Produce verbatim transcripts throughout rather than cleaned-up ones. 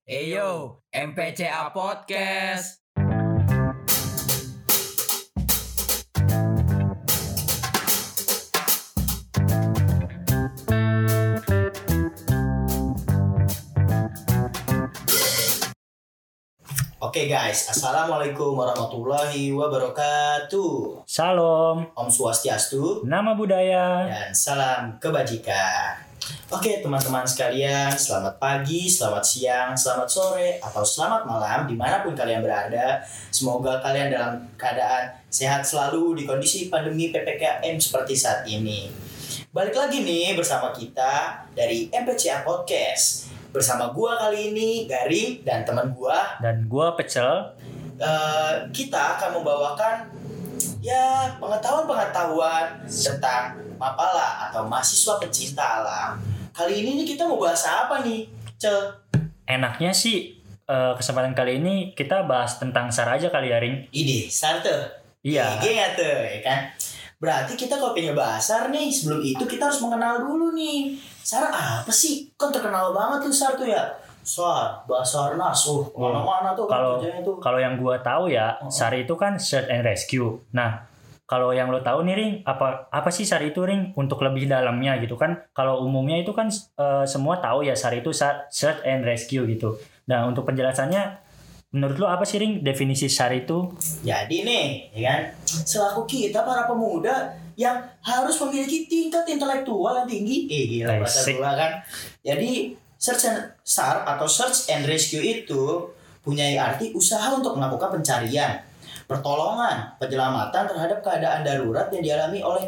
Eyo, M P C A Podcast. Oke guys, Assalamualaikum warahmatullahi wabarakatuh. Salam, Om Swastiastu, nama budaya. dan salam kebajikan. Oke teman-teman sekalian, selamat pagi, selamat siang, selamat sore, atau selamat malam dimanapun kalian berada. Semoga kalian dalam keadaan sehat selalu di kondisi pandemi P P K M seperti saat ini. Balik lagi nih bersama kita dari M P C A Podcast. Bersama gua kali ini, Garing, dan teman gua Dan gua Pecel. Uh, kita akan membawakan ya pengetahuan-pengetahuan tentang Mapala atau mahasiswa pecinta alam. Kali ini nih kita mau bahas apa nih, Cel? Enaknya sih eh, kesempatan kali ini kita bahas tentang SAR aja kali ya, Ring. Ide, SAR tuh. Iya. Iya tuh, ya kan? Berarti kita kalau pengen bahas SAR nih, sebelum itu kita harus mengenal dulu nih. SAR apa sih? Kan terkenal banget tuh SAR tuh ya. SAR, Basarnas, uh, mana-mana tuh kan Kalau kerjanya tuh. kalau yang gua tahu ya, Oh. SAR itu kan Search and Rescue. Nah, kalau yang lo tahu nih, Ring, apa apa sih SAR itu, Ring? Untuk lebih dalamnya gitu kan. Kalau umumnya itu kan eh, semua tahu ya SAR itu SAR, Search and Rescue gitu. Nah, untuk penjelasannya menurut lo apa sih, Ring, definisi SAR itu? Jadi nih, ya kan, selaku kita para pemuda yang harus memiliki tingkat intelektual yang tinggi, eh gila bahasa Asik. gua kan. Jadi search and SAR atau search and rescue itu punya arti usaha untuk melakukan pencarian, pertolongan, penyelamatan terhadap keadaan darurat yang dialami oleh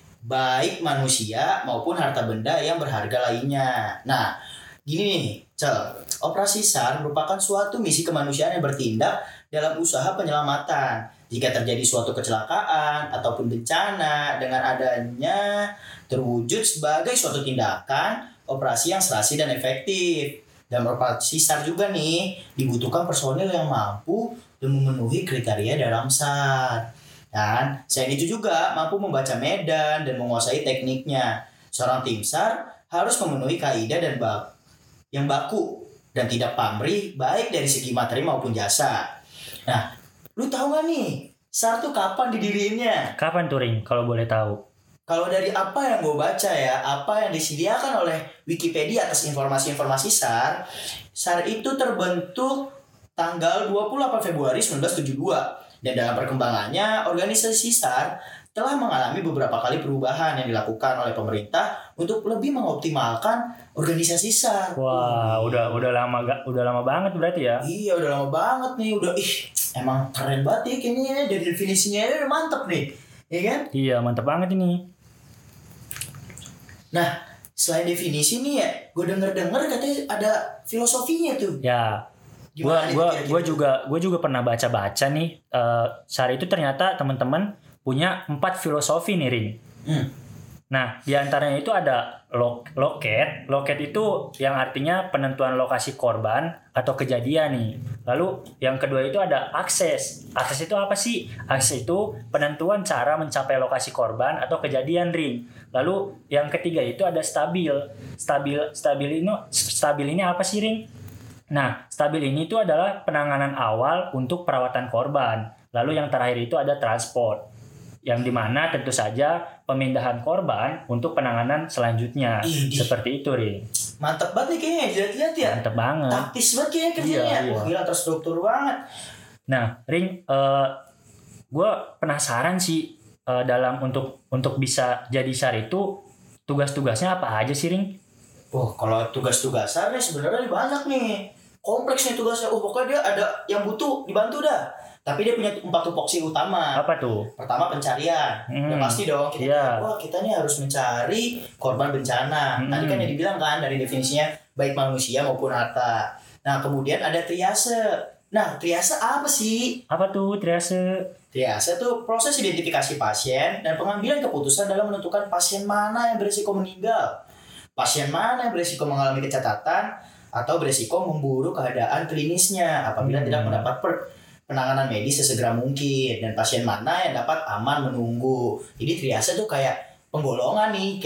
baik manusia maupun harta benda yang berharga lainnya. Nah, gini nih, Cel. Operasi SAR merupakan suatu misi kemanusiaan yang bertindak dalam usaha penyelamatan. Jika terjadi suatu kecelakaan ataupun bencana, dengan adanya terwujud sebagai suatu tindakan operasi yang serasi dan efektif. Dan operasi SAR juga nih dibutuhkan personil yang mampu dan memenuhi kriteria dalam SAR. Dan selain itu juga mampu membaca medan dan menguasai tekniknya. Seorang tim SAR harus memenuhi kaidah dan bab yang baku dan tidak pamrih baik dari segi materi maupun jasa. Nah, lu tahu gak nih SAR tuh kapan didiriinnya? Kapan tuh, Ring, kalau boleh tahu? Kalau dari apa yang gue baca ya, apa yang disediakan oleh Wikipedia atas informasi-informasi SAR, SAR itu terbentuk tanggal dua puluh delapan Februari seribu sembilan ratus tujuh puluh dua. Dan dalam perkembangannya, organisasi SAR telah mengalami beberapa kali perubahan yang dilakukan oleh pemerintah untuk lebih mengoptimalkan organisasi SAR. Wah, udah udah lama gak udah lama banget berarti ya. Iya, udah lama banget nih, udah ih, emang keren banget ya kayaknya dari definisinya udah mantep nih. Ya kan? Iya, mantap banget ini. Nah, selain definisi nih ya, gue denger-denger katanya ada filosofinya tuh. Ya, Gimana gua nih gua kira-kira? gua juga gua juga pernah baca-baca nih. eh SAR itu ternyata teman-teman punya empat filosofi nih, Ring. Hmm. Nah, di antaranya itu ada lo- loket. Loket itu yang artinya penentuan lokasi korban atau kejadian nih. Lalu yang kedua itu ada akses. Akses itu apa sih? Akses itu penentuan cara mencapai lokasi korban atau kejadian, Ring. Lalu yang ketiga itu ada stabil. Stabil stabil ini stabil ini apa sih, Ring? Nah, stabil ini itu adalah penanganan awal untuk perawatan korban. Lalu yang terakhir itu ada transport, yang dimana tentu saja pemindahan korban untuk penanganan selanjutnya. Idih. Seperti itu, Ring. Mantep banget nih kayaknya, lihat-lihat ya. Mantep banget. Taktis banget kayaknya kerjanya. Iya, iya. Wah, gila terstruktur banget. Nah, Ring, eh gue penasaran sih eh, dalam untuk untuk bisa jadi SAR itu tugas-tugasnya apa aja sih, Ring? Wah, kalau tugas-tugas SAR nih sebenarnya banyak nih. Kompleks nih tugasnya. Oh, pokoknya dia ada yang butuh dibantu dah. Tapi dia punya empat tupoksi utama. Apa tuh? Pertama pencarian. Hmm. Ya pasti dong. Kita, Iya. Wah, kita nih harus mencari korban bencana. Hmm. Tadi kan yang dibilang kan dari definisinya baik manusia maupun harta. Nah, kemudian ada triase. Nah, triase apa sih? Apa tuh triase? Triase itu proses identifikasi pasien dan pengambilan keputusan dalam menentukan pasien mana yang berisiko meninggal, pasien mana yang berisiko mengalami kecacatan, atau berisiko memburuk keadaan klinisnya apabila Hmm. tidak mendapat per- penanganan medis sesegera mungkin, dan pasien mana yang dapat aman menunggu. Jadi triase itu kayak penggolongan nih, kayak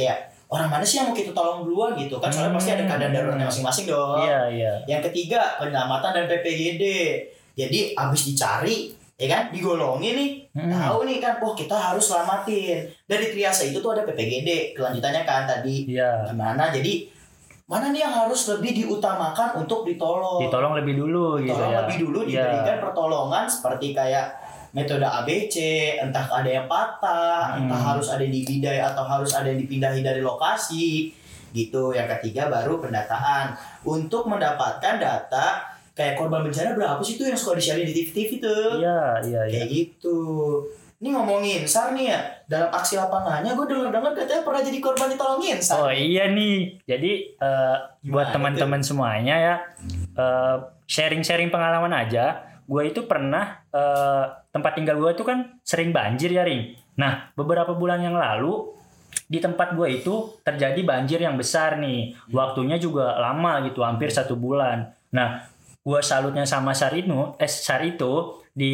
orang mana sih yang mau kita tolong duluan gitu kan, soalnya hmm. pasti ada keadaan daruratnya masing-masing dong. Iya, iya. Yang ketiga, penyelamatan dan P P G D. Jadi abis dicari, ya kan, digolongin nih, hmm. tahu nih kan, oh kita harus selamatin. Dari triase itu tuh ada P P G D, kelanjutannya kan tadi. Iya. Gimana? Jadi mana nih yang harus lebih diutamakan untuk ditolong? Ditolong lebih dulu ditolong gitu ya. lebih dulu diberikan yeah. pertolongan seperti kayak metode A B C, entah ada yang patah, hmm. entah harus ada yang dibidai atau harus ada yang dipindahi dari lokasi. Gitu. Yang ketiga baru pendataan. Untuk mendapatkan data kayak korban bencana berapa sih tuh yang suka di-share di T V T V tuh? Iya, iya, iya. Kayak gitu. Ini ngomongin S A R nih ya, dalam aksi lapangannya gue denger-denger katanya pernah jadi korban ditolongin S A R. Oh iya nih, jadi uh, buat teman-teman semuanya ya, uh, sharing-sharing pengalaman aja. Gue itu pernah, uh, tempat tinggal gue itu kan sering banjir ya Ring. Nah beberapa bulan yang lalu di tempat gue itu terjadi banjir yang besar nih. Waktunya juga lama gitu, hampir satu bulan. Nah gue salutnya sama S A R itu, eh, S A R itu di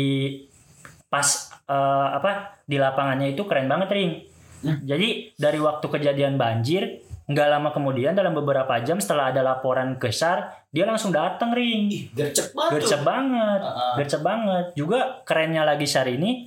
pas Uh, apa di lapangannya itu keren banget Ring. Hmm. Jadi dari waktu kejadian banjir nggak lama kemudian dalam beberapa jam setelah ada laporan ke S A R dia langsung datang Ring. Ih, gercep banget. Gercep banget. Uh-uh. Gercep banget. Juga kerennya lagi S A R ini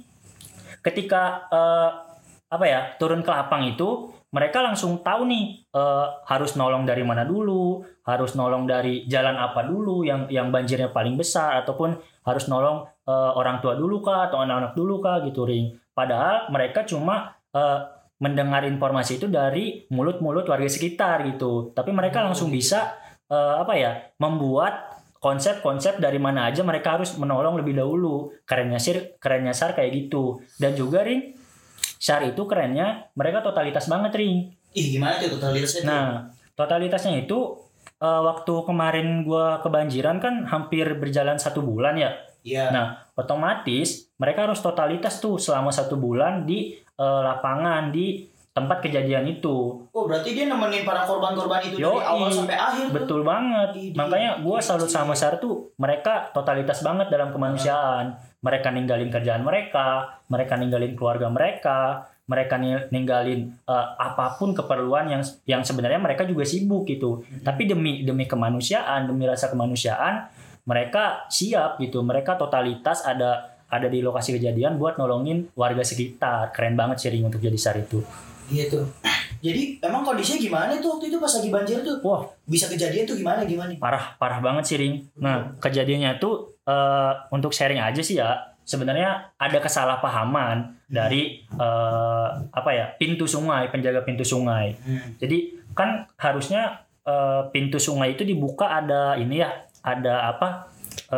ketika uh, apa ya turun ke lapang itu mereka langsung tahu nih uh, harus nolong dari mana dulu, harus nolong dari jalan apa dulu yang yang banjirnya paling besar ataupun harus nolong uh, orang tua dulu kah atau anak-anak dulu kah gitu Ring. Padahal mereka cuma uh, mendengar informasi itu dari mulut-mulut warga sekitar gitu. Tapi mereka langsung bisa uh, apa ya membuat konsep-konsep dari mana aja mereka harus menolong lebih dahulu. Kerennya sih kerennya S A R kayak gitu. Dan juga Ring, S A R itu kerennya mereka totalitas banget Ring. Ih gimana tuh totalitasnya? Nah totalitasnya itu Uh, waktu kemarin gue kebanjiran kan hampir berjalan satu bulan ya. Iya. Nah otomatis mereka harus totalitas tuh selama satu bulan di uh, lapangan di tempat kejadian itu. Oh berarti dia nemenin para korban-korban itu Yoi, dari awal sampai akhir. Betul tuh. banget. Di, di, Makanya gue salut sama S A R tuh mereka totalitas banget dalam kemanusiaan. Mereka ninggalin kerjaan mereka, mereka ninggalin keluarga mereka. Mereka ninggalin uh, apapun keperluan yang yang sebenarnya mereka juga sibuk gitu. Mm-hmm. Tapi demi demi kemanusiaan, demi rasa kemanusiaan, mereka siap gitu. Mereka totalitas ada ada di lokasi kejadian buat nolongin warga sekitar. Keren banget sih Ring untuk jadi S A R itu. Iya tuh. Jadi emang kondisinya gimana tuh waktu itu pas lagi banjir tuh? Wah, bisa kejadian tuh gimana gimana? Parah, parah banget sih Ring. Nah, kejadiannya tuh uh, untuk sharing aja sih ya. Sebenarnya ada kesalahpahaman hmm. dari uh, apa ya pintu sungai, penjaga pintu sungai. Hmm. Jadi kan harusnya uh, pintu sungai itu dibuka ada ini ya, ada apa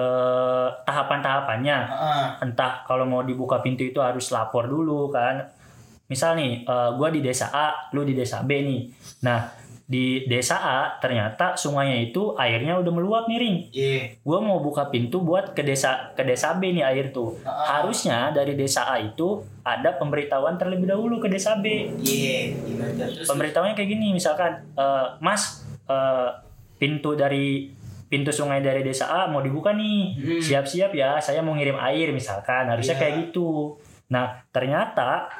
uh, tahapan-tahapannya. Uh. Entah kalau mau dibuka pintu itu harus lapor dulu kan. Misal nih, uh, gue di desa A, lu di desa B nih. Nah di desa A ternyata sungainya itu airnya udah meluap nih Ring. Yeah. Gue mau buka pintu buat ke desa ke desa B nih air tuh. Uh-huh. Harusnya dari desa A itu ada pemberitahuan terlebih dahulu ke desa B. Iya. Yeah. Pemberitahuannya kayak gini misalkan, e, Mas e, pintu dari pintu sungai dari desa A mau dibuka nih. Hmm. Siap-siap ya, saya mau ngirim air misalkan. Harusnya yeah. kayak gitu. Nah ternyata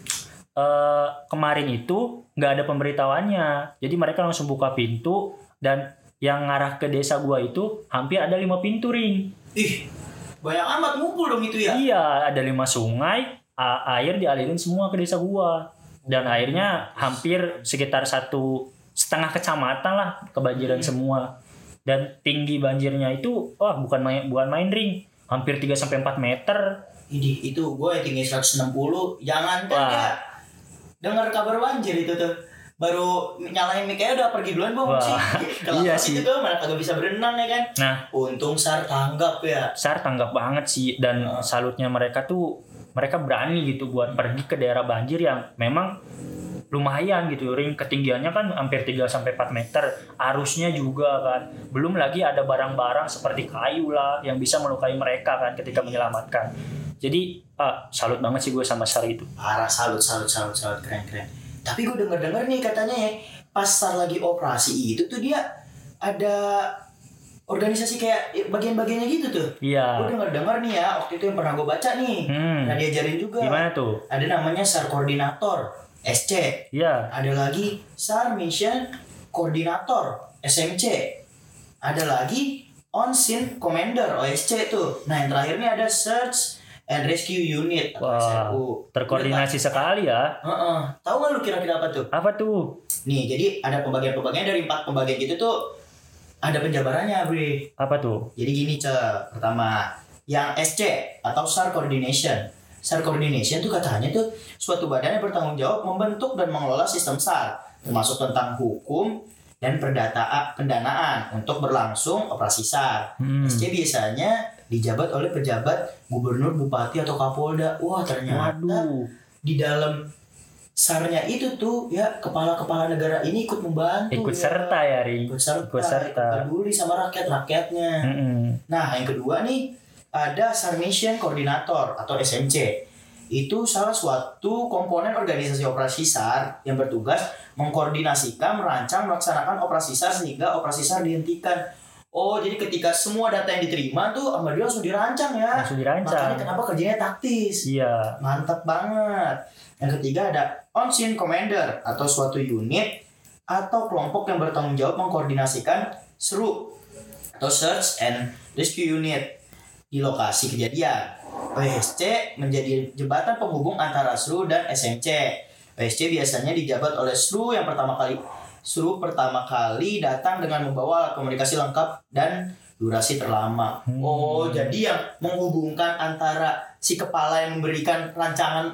Uh, kemarin itu nggak ada pemberitahuannya, jadi mereka langsung buka pintu dan yang ngarah ke desa gua itu hampir ada lima pintu Ring. Ih, banyak amat ngumpul dong itu ya? Iya, ada lima sungai, a- air dialirin semua ke desa gua dan airnya hampir sekitar satu setengah kecamatan lah kebanjiran hmm. semua dan tinggi banjirnya itu wah bukan main bukan main Ring, hampir tiga sampai empat meter. Ini itu gua yang tinggi seratus enam puluh, jangan kan ya. Dengar kabar banjir itu tuh baru nyalain mic aja udah pergi duluan gue sih. Iya sih. Itu tuh mana kagak bisa berenang ya kan. Nah, untung S A R tanggap ya. S A R tanggap banget sih dan uh. salutnya mereka tuh mereka berani gitu buat pergi ke daerah banjir yang memang lumayan gitu Ring, ketinggiannya kan hampir tiga sampai empat meter, arusnya juga kan. Belum lagi ada barang-barang seperti kayu lah yang bisa melukai mereka kan ketika menyelamatkan. Jadi ah, salut banget sih gue sama S A R itu. Parah, salut, salut, salut, salut, keren, keren. Tapi gue denger-denger nih katanya ya, pas S A R lagi operasi itu tuh dia ada organisasi kayak bagian-bagiannya gitu tuh. Iya. Gue denger-denger nih ya, waktu itu yang pernah gue baca nih. Hmm. Nah diajarin juga. Gimana tuh? Ada namanya S A R koordinator, S C. Iya. Ada lagi SAR Mission Coordinator S M C. Ada lagi On Scene Commander O S C tuh. Nah yang terakhir ini ada Search and Rescue Unit atau S R U. Terkoordinasi sekali ya. Heeh. Tahu nggak lu kira-kira apa tuh? Apa tuh? Nih jadi ada pembagian-pembagian dari empat pembagian gitu tuh ada penjabarannya, Bre. Apa tuh? Jadi gini, Cek. Pertama, yang S C atau SAR Coordination. SAR Coordination tuh katanya tuh suatu badan yang bertanggung jawab membentuk dan mengelola sistem SAR, termasuk tentang hukum dan perdata pendanaan untuk berlangsung operasi SAR. Hmm. S C biasanya dijabat oleh pejabat gubernur, bupati atau kapolda. Wah ternyata Waduh. di dalam SAR-nya itu tuh ya kepala-kepala negara ini ikut membantu. Ikut ya. serta ya, Ring. Ikut serta. Ikut serta. Ikut peduli sama rakyat-rakyatnya. Mm-mm. Nah yang kedua nih ada SAR Mission Coordinator atau S M C. Itu salah suatu komponen organisasi operasi SAR yang bertugas mengkoordinasikan, merancang, melaksanakan operasi SAR sehingga operasi SAR dihentikan. Oh, jadi ketika semua data yang diterima tuh sama dia langsung dirancang ya. Langsung dirancang. Makanya kenapa kerjanya taktis. Iya. Mantap banget. Yang ketiga ada On Scene Commander atau suatu unit atau kelompok yang bertanggung jawab mengkoordinasikan S R U atau Search and Rescue Unit di lokasi kejadian. O S C menjadi jembatan penghubung antara S R U dan S M C. O S C biasanya dijabat oleh S R U yang pertama kali S R U pertama kali datang dengan membawa alat komunikasi lengkap dan durasi terlama. Hmm. Oh, jadi yang menghubungkan antara si kepala yang memberikan rancangan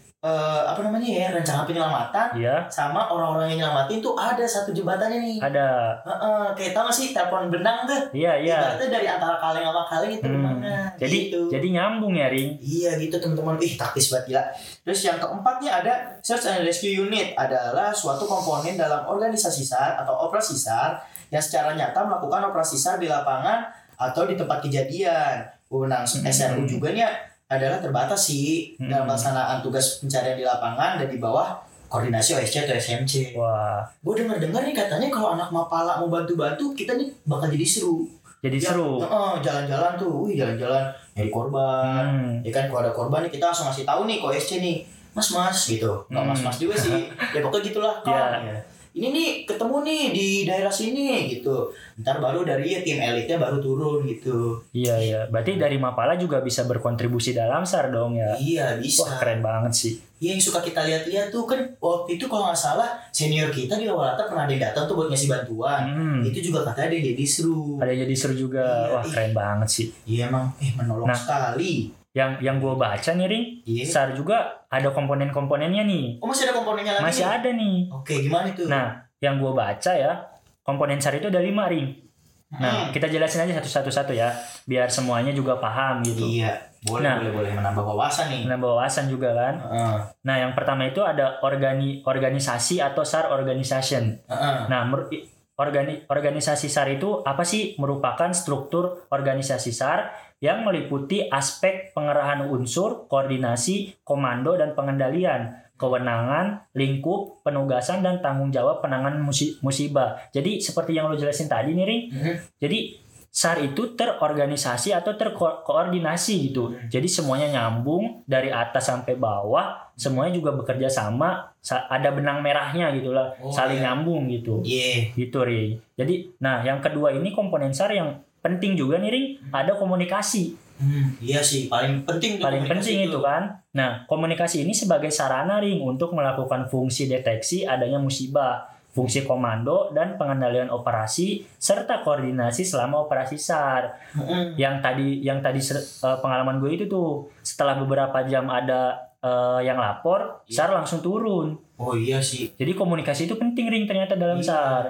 eh, apa namanya ya, rancangan penyelamatan Iya. sama orang-orang yang nyelamatin tuh ada satu jembatannya nih. Ada. Heeh, kayak tau gak sih telepon benang tuh? Iya, iya. Ibaratnya dari antara kaleng sama kaleng itu Hmm. benangnya. Jadi gitu. jadi nyambung ya, Ring. Iya gitu teman-teman. Ih taktis banget gila. Terus yang keempatnya ada Search and Rescue Unit adalah suatu komponen dalam organisasi SAR atau operasi SAR yang secara nyata melakukan operasi SAR di lapangan atau di tempat kejadian. Wewenang S R U juga nih adalah terbatas sih Hmm. dalam pelaksanaan tugas pencarian di lapangan dan di bawah koordinasi O S C atau S M C. Wah, Gue denger-dengar nih katanya kalau anak Mapala mau bantu-bantu kita nih bakal jadi seru. jadi Ya, seru. heeh, jalan-jalan tuh, wih jalan-jalan nyari korban. Hmm. Ya kan kalau ada korban nih kita langsung ngasih tahu nih ke O S C nih, mas-mas gitu. Nggak Hmm. mas-mas juga sih. Ya pokoknya gitulah. Kak. Ya. Ya. Ini nih ketemu nih di daerah sini gitu. Ntar baru dari ya, tim elitnya baru turun gitu. Iya, iya. Berarti dari Mapala juga bisa berkontribusi dalam SAR dong ya. Iya bisa. Wah, keren banget sih. Ya, yang suka kita lihat-lihat tuh kan waktu itu kalau nggak salah senior kita di Awalata pernah ada yang datang tuh buat ngasih bantuan. Hmm. Itu juga katanya dia jadi seru. Ada yang jadi seru juga. Iya, Wah, ih. keren banget sih. Iya emang eh menolong Nah. sekali. Yang yang gue baca nih, Ring, Iya. SAR juga ada komponen-komponennya nih. Oh masih ada komponennya lagi Masih nih? ada nih. Oke gimana itu? Nah, yang gue baca ya, komponen SAR itu ada lima, Ring. Nah, Hmm. kita jelasin aja satu-satu ya, biar semuanya juga paham gitu. Iya, boleh Nah. boleh boleh menambah wawasan nih. Menambah wawasan juga kan. Heeh. Nah, yang pertama itu ada organi organisasi atau SAR organization. Heeh. Nah, mer- organi organisasi SAR itu apa sih? Merupakan struktur organisasi SAR yang meliputi aspek pengerahan unsur, koordinasi, komando, dan pengendalian, kewenangan, lingkup, penugasan, dan tanggung jawab penanganan musi- musibah. Jadi seperti yang lo jelasin tadi nih, Ring. Mhm. Jadi SAR itu terorganisasi atau terkoordinasi gitu. Jadi semuanya nyambung dari atas sampai bawah, semuanya juga bekerja sama, sa- ada benang merahnya gitulah, Oh, saling iya. nyambung gitu. Iya. Gitu, Ring. Jadi, nah yang kedua ini komponen SAR yang penting juga nih, Ring, ada komunikasi. Hmm, iya sih, paling penting tuh Paling komunikasi penting itu kan. Nah, komunikasi ini sebagai sarana, Ring, untuk melakukan fungsi deteksi adanya musibah, fungsi komando dan pengendalian operasi serta koordinasi selama operasi SAR. Heeh. Yang tadi yang tadi ser- eh, pengalaman gue itu tuh, setelah beberapa jam ada eh, yang lapor, Iya. SAR langsung turun. Oh iya sih. Jadi komunikasi itu penting, Ring, ternyata dalam Iya. SAR.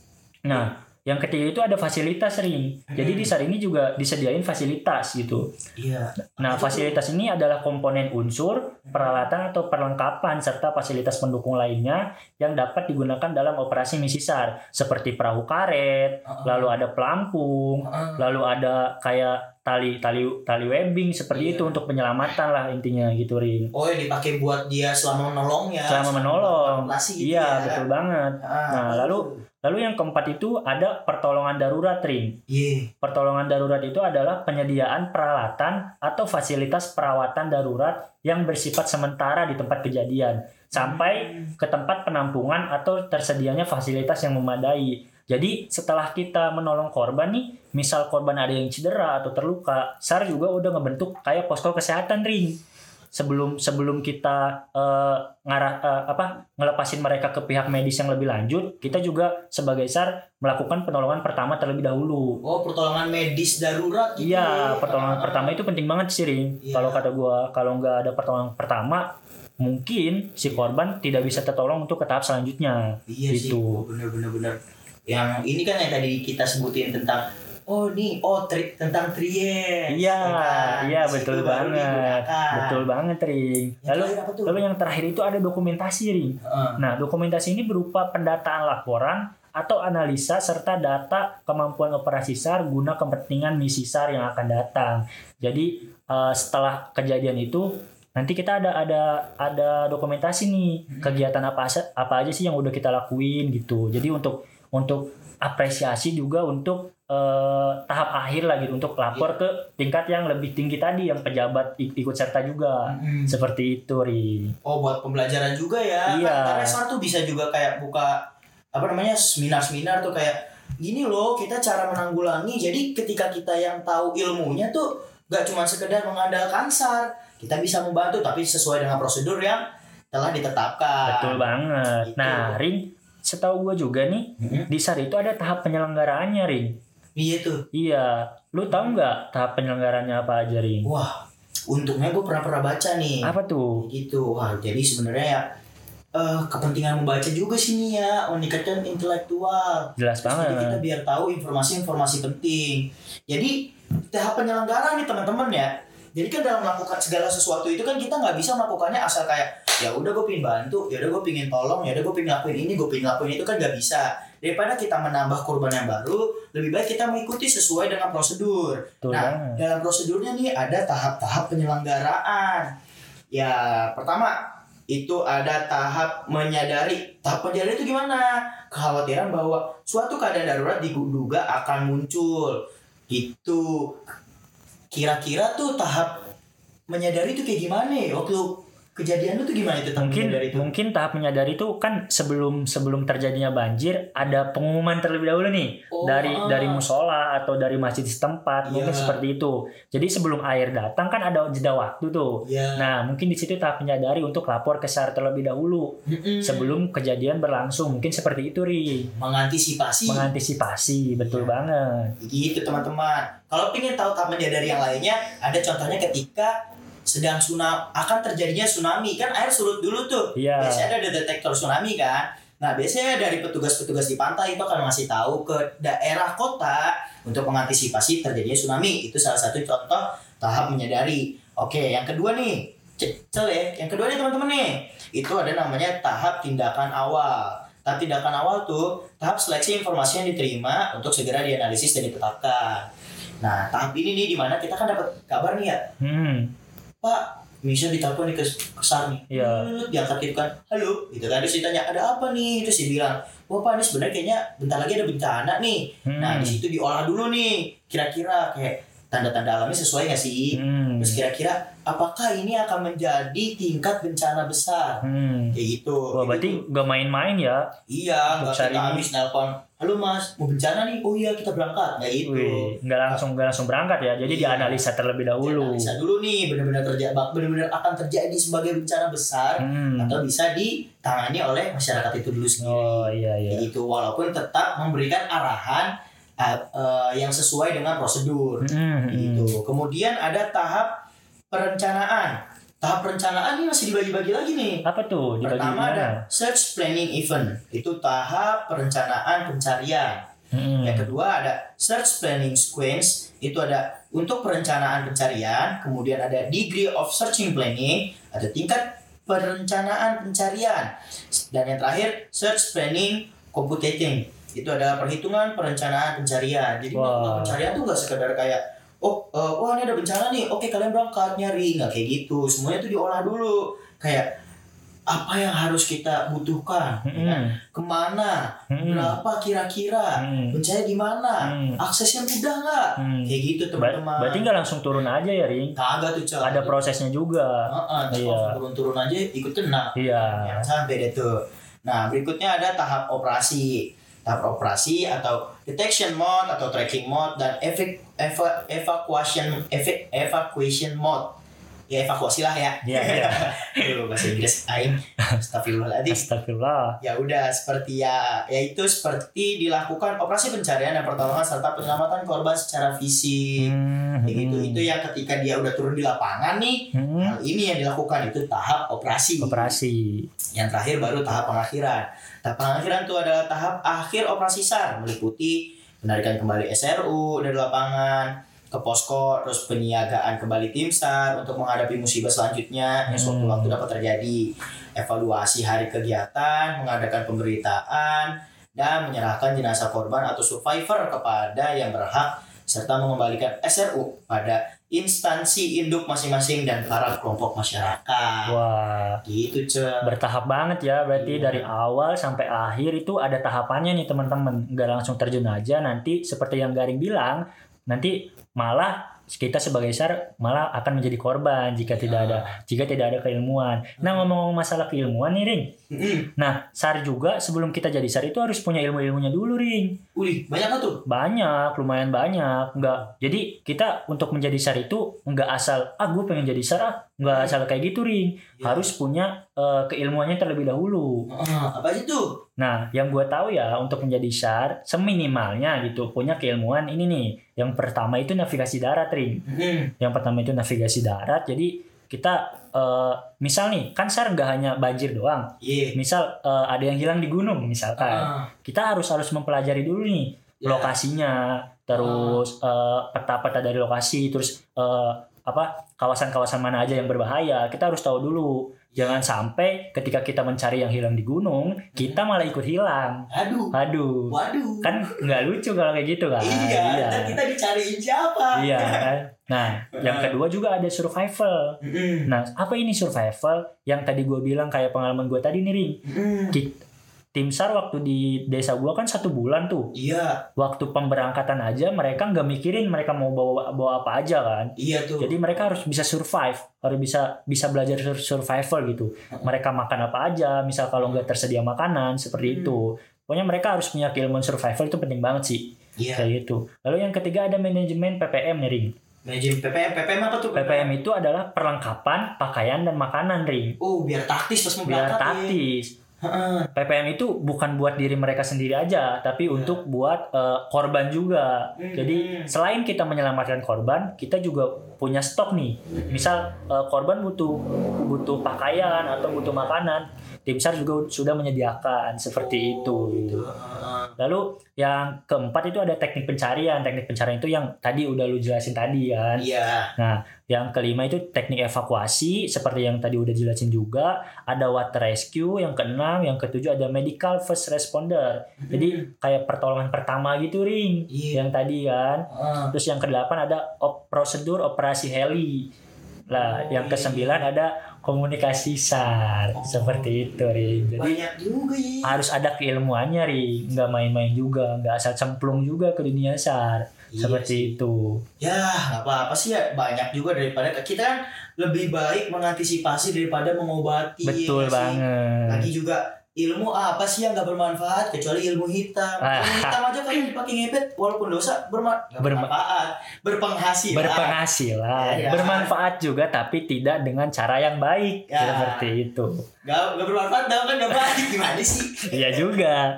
Nah, yang ketiga itu ada fasilitas, Ring. Jadi di SAR ini juga disediain fasilitas gitu. Iya. Nah, Itu fasilitas ini adalah komponen unsur, peralatan atau perlengkapan serta fasilitas pendukung lainnya yang dapat digunakan dalam operasi misi SAR seperti perahu karet, Heeh. lalu ada pelampung, Heeh. lalu ada kayak tali tali tali webbing seperti Iya. itu untuk penyelamatan lah intinya gitu, Ring. Oh yang dipakai buat dia selama menolong ya. Selama menolong. operasi gitu Iya, ya. betul banget. Ah, Nah, lalu Lalu yang keempat itu ada pertolongan darurat, Ring. Iya. Pertolongan darurat itu adalah penyediaan peralatan atau fasilitas perawatan darurat yang bersifat sementara di tempat kejadian sampai ke tempat penampungan atau tersedianya fasilitas yang memadai. Jadi setelah kita menolong korban nih, misal korban ada yang cedera atau terluka, S A R juga udah ngebentuk kayak posko kesehatan, Ring. Sebelum sebelum kita uh, ngarah uh, apa ngelepasin mereka ke pihak medis yang lebih lanjut, kita juga sebagai S A R melakukan pertolongan pertama terlebih dahulu. Oh, pertolongan medis darurat gitu. Iya, pertolongan ah. pertama itu penting banget sih, Ring. Iya. Kalau kata gua, kalau nggak ada pertolongan pertama, mungkin si korban tidak bisa tertolong untuk ke tahap selanjutnya. Iya gitu. sih, oh, bener-bener bener. Yang ini kan yang tadi kita sebutin tentang oh nih, oh trik tentang Tries. Iya, kan? iya betul banget, betul banget, Ring. Lalu, lalu yang terakhir itu ada dokumentasi, Ring. Uh. Nah, dokumentasi ini berupa pendataan laporan atau analisa serta data kemampuan operasi S A R guna kepentingan misi S A R yang akan datang. Jadi uh, setelah kejadian itu nanti kita ada ada ada dokumentasi nih kegiatan apa apa aja sih yang udah kita lakuin gitu. Jadi untuk untuk apresiasi juga untuk Uh, tahap akhir lagi gitu, untuk lapor yeah. ke tingkat yang lebih tinggi tadi yang pejabat ikut serta juga mm-hmm. seperti itu, Ri. Oh, buat pembelajaran juga ya. Iya. Kan S A R tuh bisa juga kayak buka apa namanya seminar-seminar tuh kayak gini loh kita cara menanggulangi. Jadi ketika kita yang tahu ilmunya tuh gak cuma sekedar mengandalkan S A R, kita bisa membantu tapi sesuai dengan prosedur yang telah ditetapkan. Betul banget. Gitu. Nah, Rin, setahu gue juga nih mm-hmm. di S A R itu ada tahap penyelenggaraannya, Rin. Iya tuh. Iya. Lu tahu nggak tahap penyelenggaranya apa aja, Ring? Wah, untungnya gue pernah pernah baca nih. Apa tuh? Gitu. Wah, jadi sebenarnya ya uh, kepentingan membaca juga sih nih ya, meningkatkan intelektual. Jelas banget. Jadi kita biar tahu informasi-informasi penting. Jadi tahap penyelenggaraan nih teman-teman ya. Jadi kan dalam melakukan segala sesuatu itu kan kita nggak bisa melakukannya asal kayak ya udah gue pingin bantu, ya udah gue pingin tolong, ya udah gue pingin lakuin ini, gue pingin lakuin itu kan nggak bisa. Daripada kita menambah korban yang baru, lebih baik kita mengikuti sesuai dengan prosedur. Tuh, nah, dalam prosedurnya nih ada tahap-tahap penyelenggaraan. Ya, pertama itu ada tahap menyadari. Tahap menyadari itu gimana? Kekhawatiran bahwa suatu keadaan darurat diduga akan muncul. Gitu. Kira-kira tuh tahap menyadari itu kayak gimana ya? Waktu kejadian itu tuh gimana itu tahap mungkin menyadari itu? Mungkin tahap menyadari itu kan sebelum sebelum terjadinya banjir ada pengumuman terlebih dahulu nih oh, dari ah. dari musola atau dari masjid setempat, yeah. mungkin seperti itu. Jadi sebelum air datang kan ada jeda waktu tuh. Yeah. Nah, mungkin di situ tahap menyadari untuk lapor ke S A R terlebih dahulu mm-hmm. sebelum kejadian berlangsung. Mungkin seperti itu, Ri. Mengantisipasi. Mengantisipasi, betul yeah. banget. Gitu, teman-teman. Kalau pengen tahu tahap menyadari yang lainnya, ada contohnya ketika sedang tsunami, akan terjadinya tsunami kan air surut dulu tuh. Yeah. Biasanya ada detektor tsunami kan. Nah, biasanya dari petugas-petugas di pantai itu akan ngasih tahu ke daerah kota untuk mengantisipasi terjadinya tsunami. Itu salah satu contoh tahap menyadari. Oke, yang kedua nih, cel ya. Yang kedua nih teman-teman nih, itu ada namanya tahap tindakan awal. Tahap tindakan awal tuh tahap seleksi informasi yang diterima untuk segera dianalisis dan ditetapkan. Nah, tahap ini nih di mana kita kan dapat kabar nih ya. Hmm. Pak, misalnya ditelepon nih ke kesar nih, yeah. diangkat itu kan, halo, gitu kan, terus ditanya ada apa nih, terus dia bilang, wah Pak ini sebenarnya kayaknya bentar lagi ada bencana nih, hmm. nah di situ diolah dulu nih, kira-kira kayak tanda-tanda alamnya sesuai nggak sih, hmm. terus kira-kira apakah ini akan menjadi tingkat bencana besar, hmm. kayak gitu. Wah, berarti nggak main-main ya? Iya, nggak kita habis nelpon, halo Mas, mau bencana nih, oh iya kita berangkat, nggak itu. Nggak langsung nggak langsung berangkat ya, jadi iya. dianalisa terlebih dahulu. Dianalisa dulu nih, benar-benar terjadi, benar-benar akan terjadi sebagai bencana besar, hmm. atau bisa ditangani oleh masyarakat itu dulu sendiri. Oh iya iya. Kayak gitu, walaupun tetap memberikan arahan uh, uh, yang sesuai dengan prosedur, hmm. gitu. Kemudian ada tahap perencanaan. Tahap perencanaan ini masih dibagi-bagi lagi nih. Apa tuh? Dibagi Pertama gimana? ada search planning event. Itu tahap perencanaan pencarian. Hmm. Yang kedua ada search planning sequence. Itu ada untuk perencanaan pencarian. Kemudian ada degree of searching planning. Ada tingkat perencanaan pencarian. Dan yang terakhir search planning computing. Itu adalah perhitungan perencanaan pencarian. Jadi wow. pencarian tuh nggak sekedar kayak oh, uh, wah ini ada bencana nih, oke kalian berangkat nyari, nggak kayak gitu, semuanya tuh diolah dulu, kayak apa yang harus kita butuhkan, Mm-mm. ya? Kemana, Mm-mm. berapa kira-kira, Mm. mencari di mana, Mm. aksesnya mudah nggak, Hmm. kayak gitu Ber- teman-teman. berarti nggak langsung turun aja ya Ring? Kagak tuh Cel. Ada prosesnya juga. Heeh, Iya. turun-turun aja ikut kena. Iya. Ya, sampai deh tuh. Nah, berikutnya ada tahap operasi. Tahap operasi atau detection mode atau tracking mode dan evac- eva- evacuation evac- evacuation mode. Ya evakuasi lah ya. Iya, iya. Aduh, bahasa Inggris aing. Astagfirullahaladzim. Astagfirullah. Ya udah seperti ya yaitu seperti dilakukan operasi pencarian dan pertolongan serta penyelamatan korban secara fisik. Hmm, Kayak gitu. hmm. Itu yang ketika dia udah turun di lapangan nih, Hmm. hal ini yang dilakukan itu tahap operasi. Operasi. Yang terakhir baru tahap pengakhiran. Tahap pengakhiran itu adalah tahap akhir operasi S A R, meliputi penarikan kembali S R U dari lapangan ke posko, terus penyiagaan kembali tim S A R untuk menghadapi musibah selanjutnya yang sewaktu-waktu dapat terjadi, evaluasi hari kegiatan, mengadakan pemberitaan, dan menyerahkan jenazah korban atau survivor kepada yang berhak, serta mengembalikan S R U pada instansi induk masing-masing dan para kelompok masyarakat. Wah, Gitu, Cel. bertahap banget ya. Berarti Iya. dari awal sampai akhir itu ada tahapannya nih teman-teman. Nggak langsung terjun aja. Nanti seperti yang Garing bilang, nanti malah kita sebagai S A R malah akan menjadi korban jika tidak ada jika tidak ada keilmuan. Nah, ngomong-ngomong masalah keilmuan nih Ring. Mm-mm. Nah, S A R juga sebelum kita jadi S A R itu harus punya ilmu-ilmunya dulu Ring. Wih, banyak nggak tuh? Banyak, lumayan banyak. Enggak. Jadi kita untuk menjadi S A R itu enggak asal ah gue pengen jadi S A R ah, enggak asal kayak gitu Ring. Ya. Harus punya uh, keilmuannya terlebih dahulu. Ah, apa aja tuh? Nah, yang gue tahu ya untuk menjadi S A R seminimalnya gitu punya keilmuan ini nih. Yang pertama itu navigasi darat Ring. Mm-mm. Yang pertama itu navigasi darat. Jadi kita uh, misal nih kan S A R nggak hanya banjir doang. Iya. Misal uh, ada yang hilang di gunung misalkan. Ah, Kita harus harus mempelajari dulu nih Ya. lokasinya, terus eh, peta-peta dari lokasi, terus eh, apa kawasan-kawasan mana aja yang berbahaya. Kita harus tahu dulu. Jangan sampai ketika kita mencari yang hilang di gunung, kita malah ikut hilang. aduh. Aduh, Waduh. kan nggak lucu kalau kayak gitu kan? Iya, dan kita dicariin siapa? Iya kan? Nah, yang kedua juga ada survival. Mm-mm. Nah, apa ini survival? Yang tadi gue bilang kayak pengalaman gue tadi nih, Ring. Mm-mm. Ki- Tim S A R waktu di desa gue kan satu bulan tuh. Iya, Waktu pemberangkatan aja mereka nggak mikirin mereka mau bawa bawa apa aja kan. iya tuh. Jadi mereka harus bisa survive, harus bisa bisa belajar sur- survival gitu. Mereka makan apa aja, misal kalau nggak tersedia makanan seperti Hmm. itu. Pokoknya mereka harus punya keilmuan survival, itu penting banget sih. Iya. Kayak gitu. Lalu yang ketiga ada manajemen P P M nih Ring. Manajemen P P M, P P M apa tuh? P P M itu adalah perlengkapan pakaian dan makanan Ring. Oh, biar taktis pas mau Biar berangkat. ya. taktis. Heeh. P P M itu bukan buat diri mereka sendiri aja, tapi Iya. untuk buat eh, korban juga. Hmm. Jadi selain kita menyelamatkan korban, kita juga punya stok nih. Misal eh, korban butuh butuh pakaian atau butuh makanan, tim S A R juga sudah menyediakan seperti itu. Gitu. Heeh. Lalu yang keempat itu ada teknik pencarian. Teknik pencarian itu yang tadi udah lu jelasin tadi kan. Iya. Nah, yang kelima itu teknik evakuasi seperti yang tadi udah jelasin juga. Ada water rescue. Yang keenam, yang ketujuh ada medical first responder. Jadi kayak pertolongan pertama gitu Ring. Iya. Yang tadi kan. Heeh. Terus yang kedelapan ada op- prosedur operasi heli. Lah, Oh, yang iya. kesembilan ada komunikasi S A R. Oh. Seperti itu Ring. Jadi Banyak juga ya. harus ada keilmuannya Ring. Nggak main-main juga. Nggak asal cemplung juga ke dunia S A R. Iya Seperti sih. itu. Ya, nggak apa-apa sih ya. Banyak juga daripada kita kan lebih baik mengantisipasi daripada mengobati. Betul ya nggak sih? banget. Lagi juga ilmu apa sih yang nggak bermanfaat kecuali ilmu hitam. Ah. Ilmu hitam aja kan dipakai ngepet walaupun dosa berma- nggak Berma- bermanfaat, berpenghasilan. Berpenghasilan, Iya. bermanfaat juga tapi tidak dengan cara yang baik. Ya. Seperti itu. Nggak nggak bermanfaat, dong kan nggak baik gimana sih? Iya juga.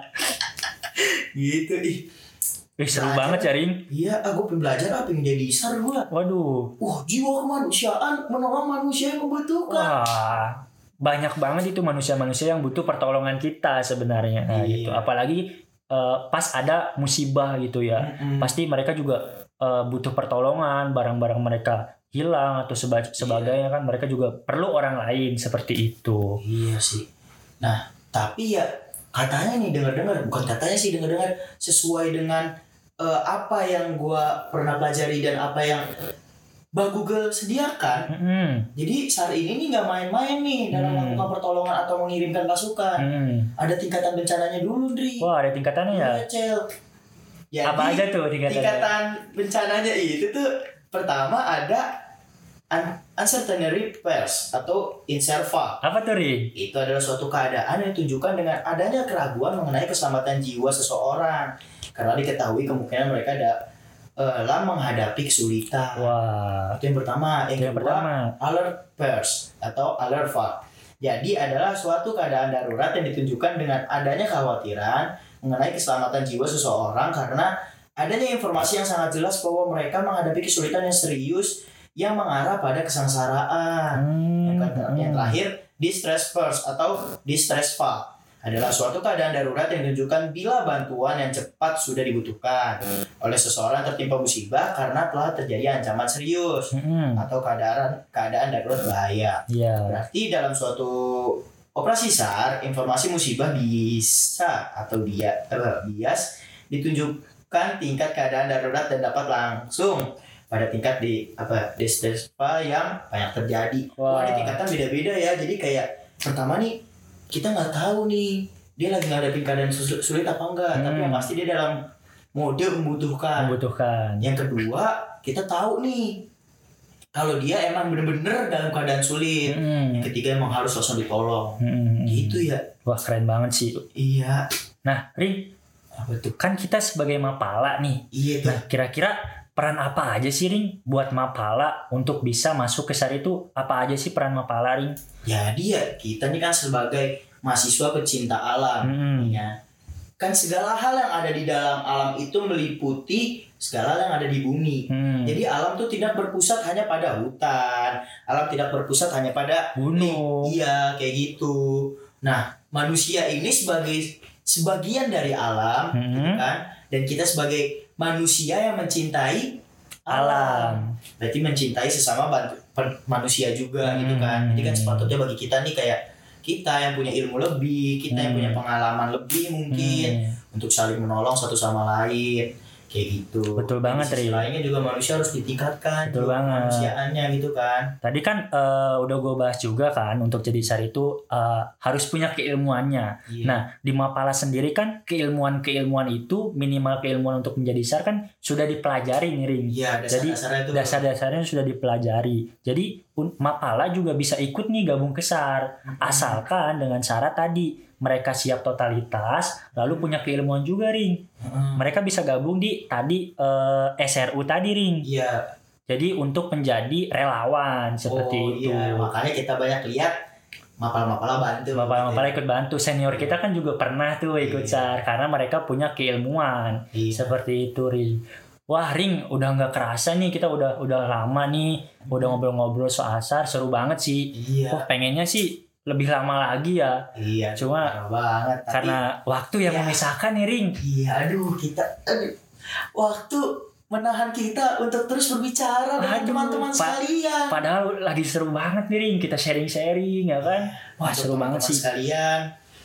Gitu ih. Ih, seru Belajar. banget ya Ring. Iya, aku pengen belajar apa pengen jadi S A R gua. Waduh. Wah, jiwa kemanusiaan menolong manusia yang membutuhkan. Wah, banyak banget itu manusia-manusia yang butuh pertolongan kita sebenarnya. Nah, Iya. gitu. Apalagi eh, pas ada musibah gitu ya. Mm-mm. Pasti mereka juga eh, butuh pertolongan, barang-barang mereka hilang atau seba- sebagainya kan mereka juga perlu orang lain seperti itu. Iya sih. Nah, tapi ya katanya nih dengar-dengar, bukan katanya sih dengar-dengar sesuai dengan eh, apa yang gua pernah pelajari dan apa yang Bah Google sediakan. Mm-hmm. Jadi S A R ini nih nggak main-main nih dalam Hmm. melakukan pertolongan atau mengirimkan pasukan. Mm-hmm. Ada tingkatan bencananya dulu, Dri. Wah, ada tingkatannya ya? Iya, Cel. Jadi, Apa aja tuh tingkatannya? tingkatan bencananya itu tuh pertama ada un- uncertainty repairs atau inserva. Apa tuh, Ri? Itu adalah suatu keadaan yang ditunjukkan dengan adanya keraguan mengenai keselamatan jiwa seseorang karena diketahui kemungkinan mereka ada dalam menghadapi kesulitan. Wah. Itu yang pertama. Yang, Yang kedua, pertama. alert pairs atau alerva. Jadi adalah suatu keadaan darurat yang ditunjukkan dengan adanya kekhawatiran mengenai keselamatan jiwa seseorang karena adanya informasi yang sangat jelas bahwa mereka menghadapi kesulitan yang serius yang mengarah pada kesengsaraan. Hmm. Yang, ke- yang terakhir, distress pairs atau distress va adalah suatu keadaan darurat yang ditunjukkan bila bantuan yang cepat sudah dibutuhkan oleh seseorang tertimpa musibah karena telah terjadi ancaman serius Mm-hmm. atau keadaan keadaan darurat bahaya. Iya. Berarti dalam suatu operasi S A R, informasi musibah bisa atau dia eh, bias ditunjukkan tingkat keadaan darurat dan dapat langsung pada tingkat di apa distressva yang banyak terjadi. Wah, Wah. ini tingkatan beda-beda ya. Jadi kayak pertama nih kita nggak tahu nih dia lagi ngadepin keadaan sulit, sulit apa enggak, Hmm. tapi yang pasti dia dalam mode membutuhkan. Membutuhkan. Yang kedua kita tahu nih kalau dia emang bener-bener dalam keadaan sulit. Mm-hmm. Yang ketiga emang harus langsung ditolong. Mm-hmm. Gitu ya. Wah, keren banget sih. Iya. Nah, Ri, Apa tuh? kan kita sebagai Mapala nih. Iya tuh. Nah, kira-kira peran apa aja sih, Ring, buat Mapala untuk bisa masuk ke S A R itu? Apa aja sih peran Mapala, Ring? Jadi ya kita nih kan sebagai mahasiswa pecinta alam, Hmm. ya. Kan segala hal yang ada di dalam alam itu meliputi segala hal yang ada di bumi. Hmm. Jadi alam tuh tidak berpusat hanya pada hutan, alam tidak berpusat hanya pada Gunung. Iya, kayak gitu. Nah, manusia ini sebagai sebagian dari alam, Hmm. gitu kan? Dan kita sebagai manusia yang mencintai Alam. berarti mencintai sesama bantu, pen- manusia juga Hmm. gitu kan. Jadi kan sepatutnya bagi kita nih kayak kita yang punya ilmu lebih, kita yang Hmm. punya pengalaman lebih mungkin Hmm. untuk saling menolong satu sama lain kayak gitu. Betul banget, Di sisi Ri. lainnya juga manusia harus ditingkatkan Betul juga banget. kemanusiaannya gitu kan. Tadi kan eh, udah gue bahas juga kan, untuk jadi S A R itu eh, harus punya keilmuannya. Iya. Nah, di Mapala sendiri kan keilmuan-keilmuan itu, minimal keilmuan untuk menjadi S A R kan sudah dipelajari nih, Ring. Iya, Jadi dasar-dasarnya itu. dasar-dasarnya sudah dipelajari. Jadi un- Mapala juga bisa ikut nih gabung ke S A R, asalkan dengan syarat tadi mereka siap totalitas, lalu punya keilmuan juga, Ring. Heeh. Mereka bisa gabung di tadi eh, S R U tadi, Ring. Iya. Jadi untuk menjadi relawan seperti Oh, itu. iya. Makanya kita banyak lihat mapala-mapala bantu. Mapala-mapala ikut bantu. Senior kita kan juga pernah tuh ikut Iya. S A R karena mereka punya keilmuan. Iya. Seperti itu, Ring. Wah, Ring, udah nggak kerasa nih, kita udah udah lama nih, udah ngobrol-ngobrol soal S A R, seru banget sih. Iya. Wah, pengennya sih lebih lama lagi ya. Iya. Cuma parah banget. Tapi, karena waktu yang Iya. memisahkan nih, Ring. iya, aduh kita, aduh, waktu menahan kita untuk terus berbicara dengan Aduh, teman-teman Pak. sekalian. Padahal lagi seru banget nih, Ring. Kita sharing-sharing, ya kan? Wah, Untuk seru banget teman-teman sih. sekalian,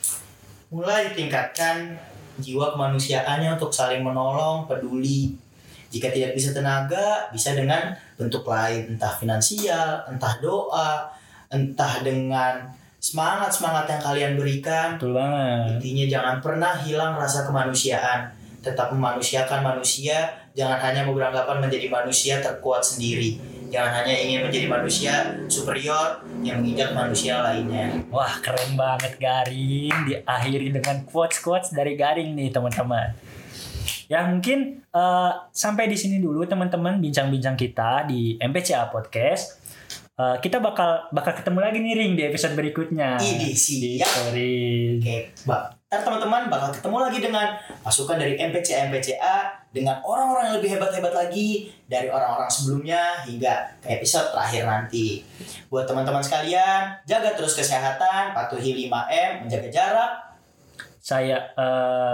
mulai tingkatkan jiwa kemanusiaannya untuk saling menolong, peduli. Jika tidak bisa tenaga, bisa dengan bentuk lain, entah finansial, entah doa, entah dengan semangat-semangat yang kalian berikan. Betul banget. Intinya jangan pernah hilang rasa kemanusiaan. Tetap memanusiakan manusia. Jangan hanya beranggapan menjadi manusia terkuat sendiri. Jangan hanya ingin menjadi manusia superior yang menginjak manusia lainnya. Wah, keren banget, Garing. Diakhiri dengan quotes-quotes dari Garing nih, teman-teman. Ya, mungkin eh, sampai di sini dulu teman-teman bincang-bincang kita di M P C A Podcast. Eh, kita bakal bakal ketemu lagi nih, Ring, di episode berikutnya. Ini siap. Gitu, Ring. Oke, Mbak. Ntar teman-teman bakal ketemu lagi dengan pasukan dari M P C A M P C A dengan orang-orang yang lebih hebat-hebat lagi dari orang-orang sebelumnya hingga ke episode terakhir nanti. Buat teman-teman sekalian, jaga terus kesehatan, patuhi lima M, menjaga jarak, Saya eh,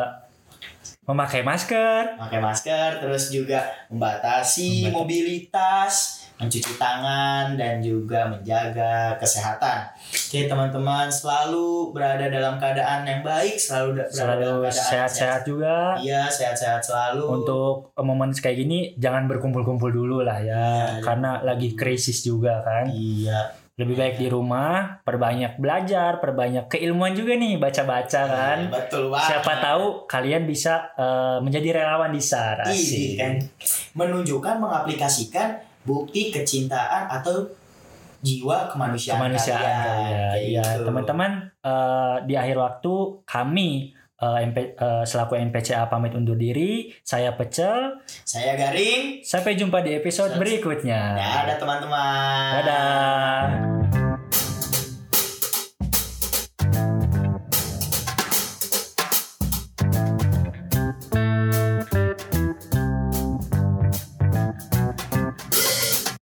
memakai masker. pakai masker, terus juga membatasi Membatasi. mobilitas mencuci tangan, dan juga menjaga kesehatan. Oke teman-teman, selalu berada dalam keadaan yang baik, selalu berada Selalu dalam keadaan sehat-sehat juga. Iya, sehat-sehat selalu. Untuk momen kayak gini jangan berkumpul-kumpul dulu lah ya, Iya, karena lagi krisis juga kan. Iya. Lebih baik di rumah, perbanyak belajar, perbanyak keilmuan juga nih, baca-baca kan. Iya, betul banget. Siapa tahu kalian bisa uh, menjadi relawan di S A R. Ini kan menunjukkan, mengaplikasikan bukti kecintaan atau jiwa kemanusiaan, kemanusiaan kalian. kalian. Kayak Iya, gitu. teman-teman, uh, di akhir waktu kami uh, M P, uh, selaku M P C A pamit undur diri. Saya Pecel. Saya Garing. Sampai jumpa di episode berikutnya. Dadah teman-teman. Dadah.